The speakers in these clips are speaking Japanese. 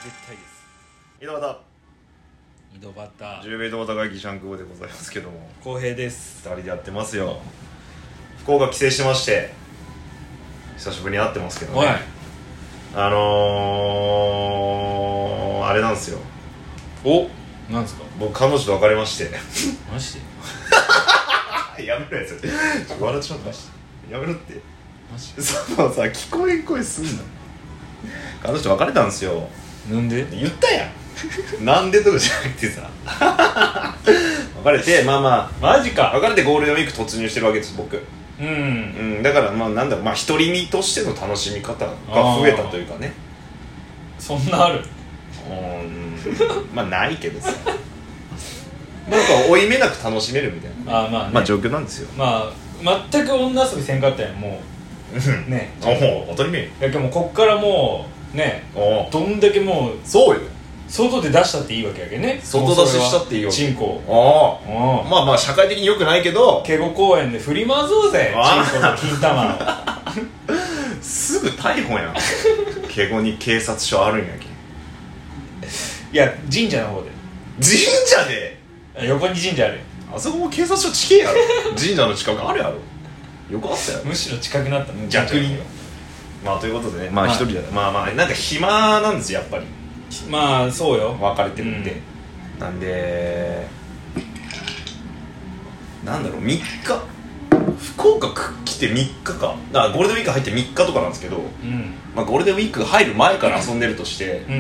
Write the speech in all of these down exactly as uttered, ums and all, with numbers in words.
絶対です。 井戸端井戸端じゅうめい井戸端会議シャンクボでございますけども、 浩平です。 ふたりでやってますよ。福岡帰省してまして久しぶりに会ってますけどね、あのー、あれなんですよ。 お、なんですか。 僕彼女と別れましてマジでやめろやつ笑っちまったやめろってマジでそのさ聞こえん声すんな。彼女と別れたんですよ。 なんで言ったやんなんでとかじゃなくてさ別れて、まあまあマジか。 別れてゴールデンウィーク突入してるわけです僕。 うん、 うん、だからまあなんだろう、まあ独り身としての楽しみ方が増えたというかね。 そんなある。 うーんまあないけどさなんか負い目なく楽しめるみたいな、 あ、まあね、 まあ状況なんですよ。 まあ全く女遊びせんかったやんもうね。 あ、もう当たり前。いやけどもうこっからもうね、 おどんだけもうそうよ、 外で出したっていいわけやけね。 外出ししたっていいわけ。 チンコ。 ああ、 うん、 まあまあ社会的に良くないけど警護公園で振り回そうぜ、チンコと金玉をすぐ逮捕やん敬語に警察署あるんやけん。 いや神社の方で、 神社で横に神社ある。 あそこも警察署近えやろ神社の近くあるやろ。よかったよむしろ近くなったね、 逆に。まあということでね、まあ一人で、まあまあなんか暇なんですよやっぱり。 まあそうよ、 別れてるんで、うん、なんでなんだろうみっか福岡来てみっかか、だからゴールデンウィーク入ってみっかとかなんですけど、うん、まあゴールデンウィーク入る前から遊んでるとして、うん、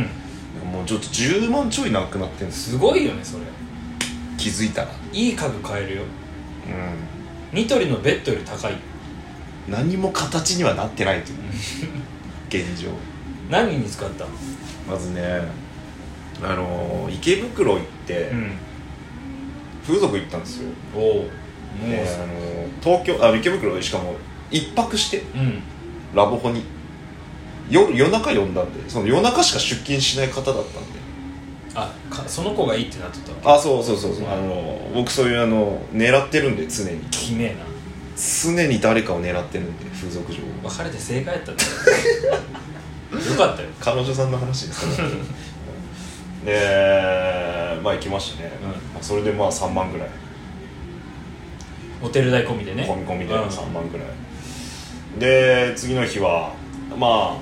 もうちょっとじゅうまんちょいなくなってるんです。 すごいよねそれ。 気づいたらいい家具買えるよ。うん、ニトリのベッドより高い。 何も形にはなってないという現状。 何に使ったの？ まずね、あのー、池袋行って、うん、風俗行ったんですよ。おお、もう、ね、あのー、東京あ池袋でしかも一泊して、うん、ラブホに夜夜中呼んだんで、その夜中しか出勤しない方だったんで、 あかその子がいいってなってたわけ。 あ、そうそうそうそう、うん、あのー、僕そういうあの狙ってるんで常に。 きめえな。 常に誰かを狙ってるんで風俗嬢。 別れて正解やったねよかったよ。 彼女さんの話ですからでまあ行きましたね、うん、まあ、それでまあさんまんぐらい、 ホテル代込みでね、 込み込みでさんまんぐらい、うん、で次の日はまあ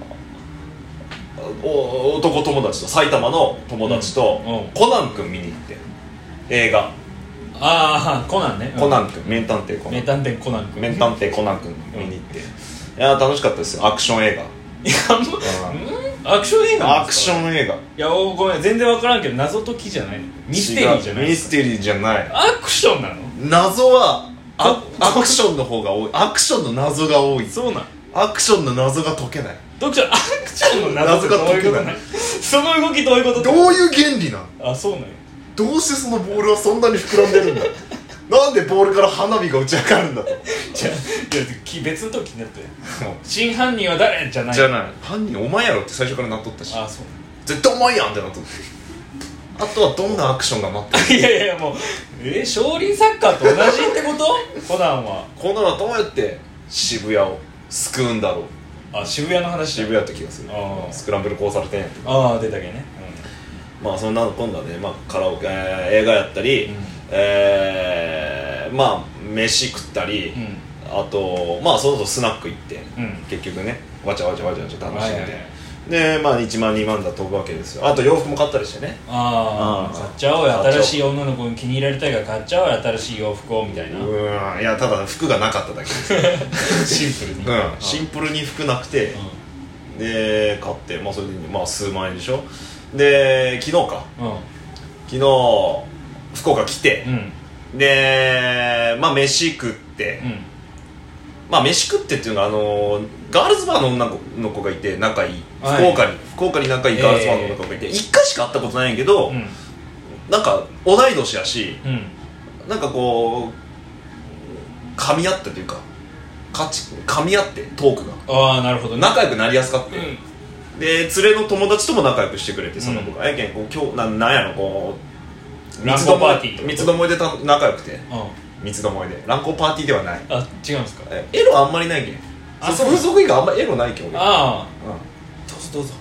お男友達と埼玉の友達と、うんうん、コナン君見に行って映画。 ああコナンね、 コナン君、名探偵コナン、 名探偵コナン君、 名探偵コナン君見に行って、うん、いや楽しかったですよ。アクション映画。いや、 うん、アクション映画。 アクション映画。いやごめん全然分からんけど謎解きじゃないの？ミステリーじゃない？ ミステリーじゃない。 アクションなの？ 謎はアクションの方が多い。アクションの謎が多い。 そうなん。 アクションの謎が解けない。 どっちアクションの謎が解けない。その動きどういうこと？ どういう原理なん？ あ、そうなんよ。 どうしてそのボールはそんなに膨らんでるんだなんでボールから花火が打ち上がるんだと。 じゃあ別の時になって真犯人は誰じゃない。 じゃない、犯人お前やろって最初からなっとったし。 あ、そう。 絶対お前やんってなっとった。あとはどんなアクションが待ってる。 いやいやもうえー、少林サッカーと同じってことコナンは。 コナンはどうやって渋谷を救うんだろう。 あ、渋谷の話。 渋谷って気がする。あ、スクランブル交差点やって。 ああ出たけね、 うん、まあそんな今度はね、まあ、カラオケ、えー、映画やったり、うん、えー、まあ飯食ったり、うん、あとまあそろそろスナック行って、うん、結局ねわちゃわちゃわちゃわちゃ楽しんで、はいはいはい、でまあいちまんにまんだ飛ぶわけですよ。あと洋服も買ったりしてね。ああ買っちゃおうよ、新しい女の子に気に入られたいから買っちゃおうよ新しい洋服をみたいな。うん、いやただ服がなかっただけですシンプルに、 うん、シンプルに服なくて、うん、で買って、まあ、それで、まあ、数万円でしょ。で昨日か、うん、昨日福岡来て、うん、でまあ飯食って、うん、まあ飯食ってっていうのがあのー、ガールズバーの女の子がいて仲いい、はい、福岡に福岡に仲いいガールズバーの女の子がいて、えー、いっかいしか会ったことないんやけど、うん、なんか同い年やし、うん、なんかこう噛み合ったというか噛み合ってトークがああなるほど、ね、 仲良くなりやすかった、うん、で連れの友達とも仲良くしてくれて、その子が、うん、やけんこう今日な、なんやろこう三つどもえ三つどもえでた仲良くて、うん、三つどもえで乱交パーティーではない。 あ、違うんですか。 エロあんまりないけん。あ、そう風俗以外あんまりエロないけん俺。 ああ、うん、どうぞどうぞ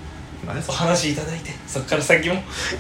何そお話いただいてそっから先も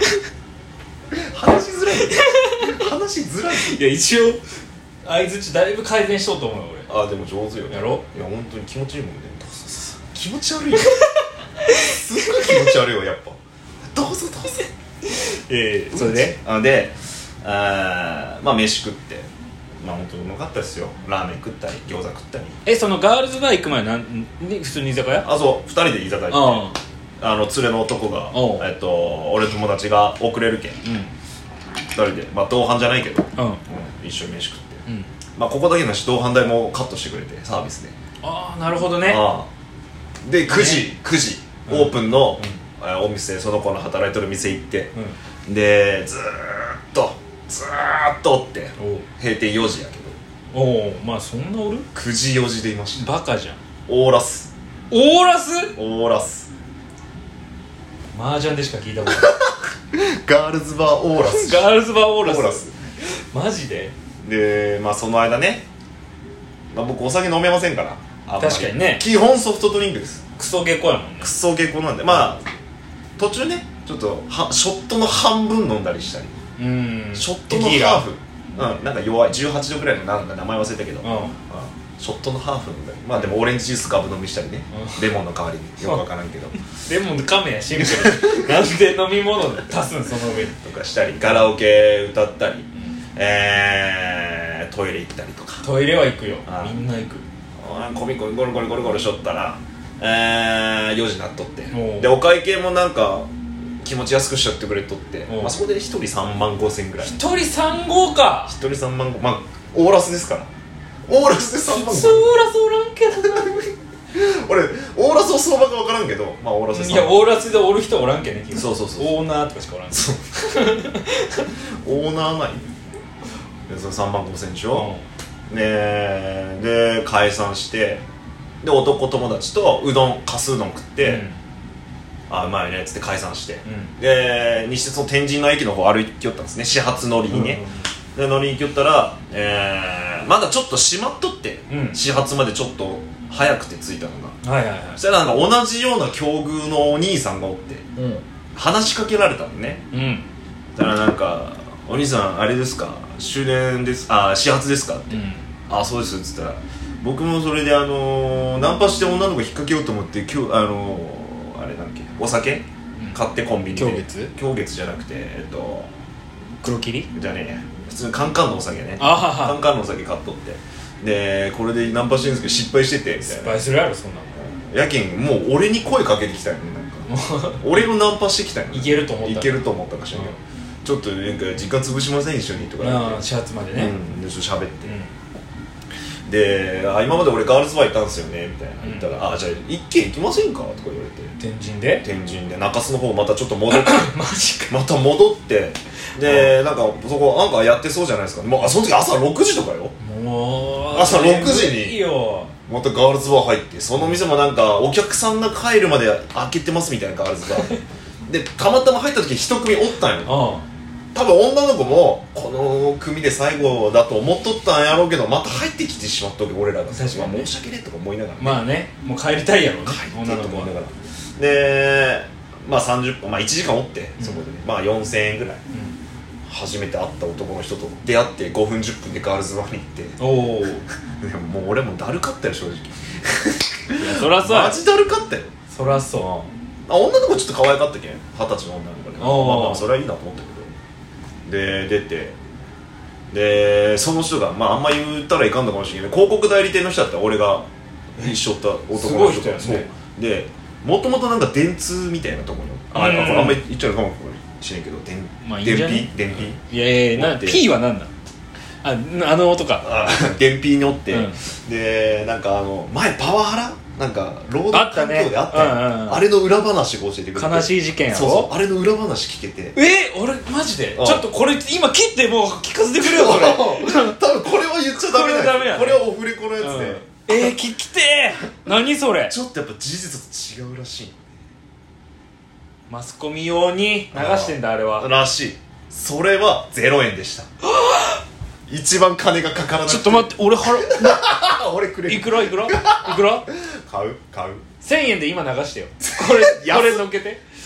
話しづらい話しづらいいや一応相づちだいぶ改善しとうと思うよ俺。あでも上手よね。 やろ。 いや本当に気持ちいいもんね。気持ち悪いよすっごい気持ち悪いよやっぱどうぞどうぞ。 ええそれであであまあ飯食ってまあ本当にうまかったですよ。ラーメン食ったり餃子食ったり。 えそのガールズバー行く前なんに普通に居酒屋。 あそうふたりで居酒屋行ってあの連れの男がおうえっと俺友達が遅れるけんうんふたりでまあ同伴じゃないけど、 うんうん、一緒に飯食って、 うんまあここだけのし同伴代もカットしてくれてサービスで。 ああなるほどね。 ああでくじくじうんオープンの、 うんえーお店その子の働いてる店行って、 うんでずーっとずーっとおっておう閉店よじやけどおうまあそんなおるくじよじでいました。 バカじゃん。 オーラスオーラスオーラス麻雀でしか聞いたことないガールズバーオーラスガールズバーオーラスオーラスマジで。 でまあその間ね、まあ、僕お酒飲めませんからあんまり確かにね基本ソフトドリンクです。 クソ下戸やもんね。 クソ下戸なんでまあ途中ねちょっとはショットの半分飲んだりしたりうーんショットのハーフうんなんか弱いじゅうはちどぐらいのなんか名前忘れたけど、 うんうんショットのハーフ飲んだりまあでもオレンジジュースガブ飲みしたりね、 うんレモンの代わりによくわからんけどでもカメやシンプルなんで飲み物足すんその上に。 とかしたりカラオケ歌ったり、えー、トイレ行ったりとかトイレは行くよあみんな行く。 コミコミゴロゴロゴロゴロしょったら、えー、よじになっとっておうでお会計もなんか気持ち安くしちゃってくれとって、 おうまあ、そこでひとりさんまんごせんぐらい一人三号か。 ひとりさんまんごまあオーラスですからオーラスでさんまんごソーラスおらんけどな俺オーラスの相場が分からんけどまあオーラスでさんまんいやオーラスでおる人おらんけんね君。 そうそうそうオーナーとかしかおらんけん。 そうオーナーないでそのさんまんごせんでしょ、ねえで解散してで男友達とうどんかすうどん食って、 うんあうまいねっつって解散して、 うんで西鉄の天神の駅の方歩いてきよったんですね始発乗りにね、で乗りに来よったら、えー、まだちょっと閉まっとって、 うん始発までちょっと早くて着いたのがはいはいはい。 そしたらなんか同じような境遇のお兄さんがおってうん話しかけられたのね。 うんだからなんか「お兄さんあれですか終電ですあ始発ですか?」ってうん 「あそうです」っつったら「僕もそれであのー、ナンパして女の子引っ掛けようと思って今日あのー、あれなんだっけお酒買ってコンビニで狂月狂月じゃなくてえっと黒霧じゃねえや普通にカンカンのお酒ねあははカンカンのお酒買っとってでこれでナンパしてるんですけど失敗しててみたいな失敗するやろそんなの。 やけんもう俺に声かけてきたよねなんか俺のナンパしてきたよねいけると思ったいけると思ったかしらんけど、ちょっとなんか時間潰しません一緒にとか言ってああ始発までね。 うん、でちょっと喋って、 うんであ今まで俺ガールズバー行ったんですよねみたいなうん言ったら、あじゃあ一軒行きませんかとか言われて天神で天神で中洲の方またちょっと戻ってマジか。 また戻ってでなんかそこなんかやってそうじゃないですかもうあその時朝ろくじとかよもう朝ろくじにいいよ。 またガールズバー入ってその店もなんかお客さんが帰るまで開けてますみたいなガールズバーでたまたま入った時一組おったんよあ多分女の子もこの組で最後だと思っとったんやろうけどまた入ってきてしまっとけ俺らが確かにねまあ申し訳ねえとか思いながら、 あまあねもう帰りたいやろね帰って女の子は。 とか思いながらでまあさんじゅっぷんまあいちじかんおってそこでね、まあよんせんえんぐらい初めて会った男の人と出会ってごふんじゅっぷんでガールズバーに行ってうん、おお。いでももう俺もだるかったよ正直やそらそう。 マジだるかったよそらそあ女の子ちょっと可愛かったけん二十歳の女の子でまおーあまあそれはいいなと思ったけどで出てでその人がまああんま言ったらいかんのかもしれないけど広告代理店の人だったら俺が一緒だった男の人すごい人やねそうでもともとなんか電通みたいなところあ、 うんこれあんまり言っちゃうかもしれんけど電まあいいんじゃない電 P 電 P いやいやいやな持って P はなんだああの音か。 あ電 P におって、 うんでなんかあの前パワハラなんか労働環境であったあったねうんうんうんあれの裏話を教えてくれて悲しい事件やろ。 そうそうあれの裏話聞けてえ俺マジであちょっとこれ今切ってもう聞かせてくれよそれ。 多分これは言っちゃダメだよこれはダメやねこれはオフレコのやつで、 うんえー、聞きてー何それ。 ちょっとやっぱ事実と違うらしいマスコミ用に流してんだあれは。 らしいそれはゼロえんでした一番金がかからなくてちょっと待って俺払俺くれるいくらいくらいくら買う買うせんえんで今流してよこれ安っこれ乗っけて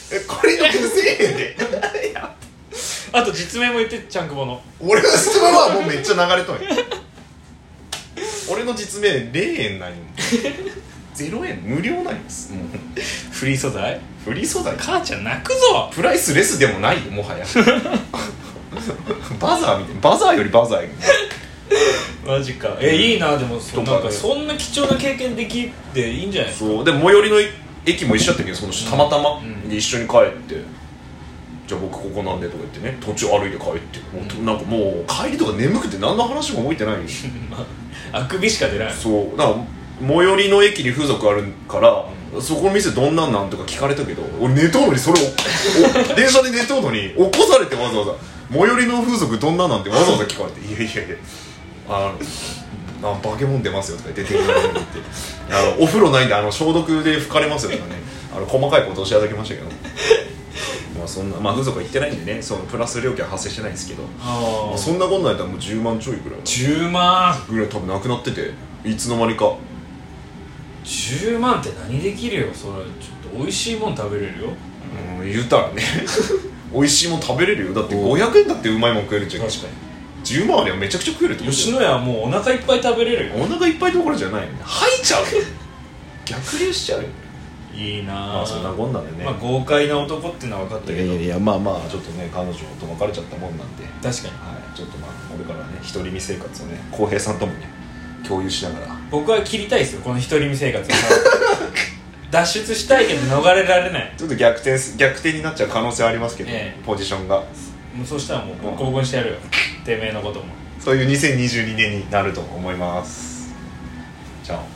えこれのくせえであと実名も言ってちゃんくぼの俺の実名はもうめっちゃ流れとんや俺の実名ゼロえんないもんゼロえん無料なんです、もうフリー素材フリー素材母ちゃん泣くぞプライスレスでもないよもはやバザーみたいなバザーよりバザーやマジかえ、うん、いいなでもそとか、ね、 なんかそんな貴重な経験できていいんじゃないですか。 そうで最寄りの駅も一緒だったけどそのたまたま、うん、で一緒に帰ってじゃあ僕ここなんでとか言ってね途中歩いて帰ってもう、うん、なんかもう帰りとか眠くて何の話も覚えてないあくびしか出ない。 そうだから最寄りの駅に風俗あるから、うん、そこの店どんなんなんとか聞かれたけど俺寝とうのにそれを電車で寝とうのに起こされてわざわざ最寄りの風俗どんなんなんてわざわざ聞かれていやいやいやあのあバケモン出ますよとか言って電話で言ってあのお風呂ないんであの消毒で拭かれますよとかねあの細かいことを教えていただきましたけどまあそんなまあ風俗は行ってないんでねそのプラス料金は発生してないんですけどあ、まあ、そんなことないともうじゅうまんちょいぐらいじゅうまんぐらい多分なくなってていつの間にかじゅうまんって何できるよそれ。ちょっと美味しいもん食べれるよ。 うん言うたらね美味しいもん食べれるよだってごひゃくえんだってうまいもん食えるじゃん。 確かにじゅうまんあればめちゃくちゃ食えるってこと吉野家はもうお腹いっぱい食べれるよ。 お腹いっぱいどころじゃないよね吐いちゃうよ逆流しちゃうよ。 いいなまあそんなこんなんでね、 まあ、豪快な男ってのは分かったけどいやいやいやまあまあちょっとね彼女と別れちゃったもんなんで確かに、 はい、ちょっとまあ俺からね独り身生活をね浩平さんともね共有しながら僕は切りたいですよこの独り身生活を脱出したいけど逃れられない。 ちょっと逆転逆転になっちゃう可能性はありますけど、ええ、ポジションがもうそしたらもう興奮してやるよてめえのことも。 そういうにせんにじゅうにねんになると思います。じゃあ